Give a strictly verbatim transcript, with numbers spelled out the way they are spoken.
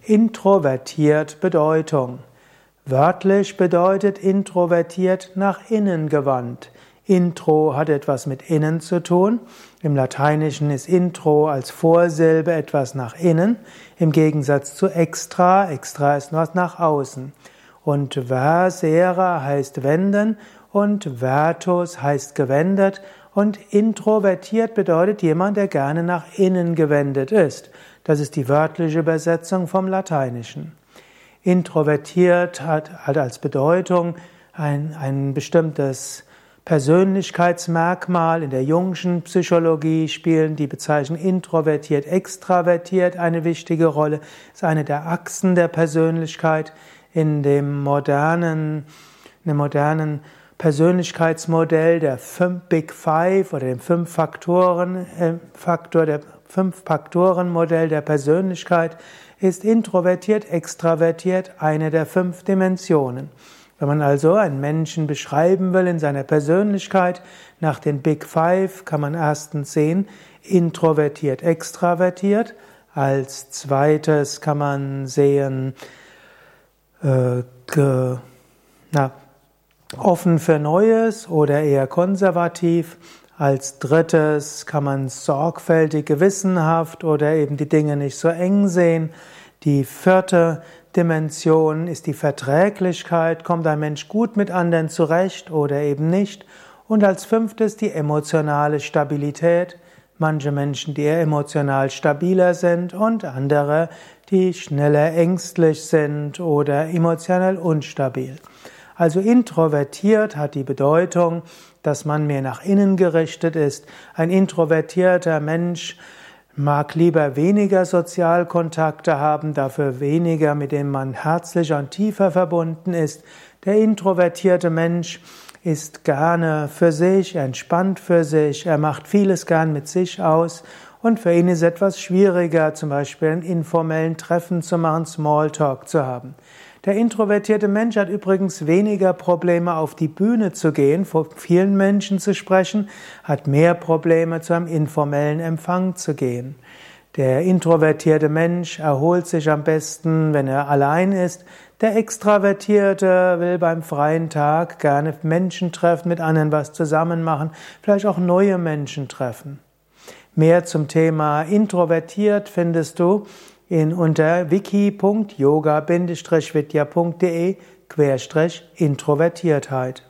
Introvertiert Bedeutung. Wörtlich bedeutet introvertiert nach innen gewandt. Intro hat etwas mit innen zu tun. Im Lateinischen ist intro als Vorsilbe etwas nach innen, im Gegensatz zu extra. Extra ist was nach außen. Und versere heißt wenden und vertus heißt gewendet. Und introvertiert bedeutet jemand, der gerne nach innen gewendet ist. Das ist die wörtliche Übersetzung vom Lateinischen. Introvertiert hat, hat als Bedeutung ein, ein bestimmtes Persönlichkeitsmerkmal. In der Jungschen Psychologie spielen die Bezeichnungen introvertiert, extravertiert eine wichtige Rolle. Das ist eine der Achsen der Persönlichkeit. In dem modernen, in dem modernen Persönlichkeitsmodell der fünf Big Five oder dem fünf Faktoren, äh, Faktor der fünf Faktoren Modell der Persönlichkeit ist introvertiert, extravertiert eine der fünf Dimensionen. Wenn man also einen Menschen beschreiben will in seiner Persönlichkeit, nach den Big Five kann man erstens sehen, introvertiert, extravertiert. Als zweites kann man sehen, äh, ge, na, offen für Neues oder eher konservativ. Als drittes kann man sorgfältig, gewissenhaft oder eben die Dinge nicht so eng sehen. Die vierte Dimension ist die Verträglichkeit. Kommt ein Mensch gut mit anderen zurecht oder eben nicht? Und als fünftes die emotionale Stabilität. Manche Menschen, die eher emotional stabiler sind und andere, die schneller ängstlich sind oder emotional unstabil. Also introvertiert hat die Bedeutung, dass man mehr nach innen gerichtet ist. Ein introvertierter Mensch mag lieber weniger Sozialkontakte haben, dafür weniger, mit dem man herzlicher und tiefer verbunden ist. Der introvertierte Mensch ist gerne für sich, entspannt für sich, er macht vieles gern mit sich aus und für ihn ist es etwas schwieriger, zum Beispiel einen informellen Treffen zu machen, Smalltalk zu haben. Der introvertierte Mensch hat übrigens weniger Probleme, auf die Bühne zu gehen, vor vielen Menschen zu sprechen, hat mehr Probleme, zu einem informellen Empfang zu gehen. Der introvertierte Mensch erholt sich am besten, wenn er allein ist. Der Extravertierte will beim freien Tag gerne Menschen treffen, mit anderen was zusammen machen, vielleicht auch neue Menschen treffen. Mehr zum Thema introvertiert findest du in unter wiki punkt yoga bindestrich vidya punkt de Querstrich Introvertiertheit.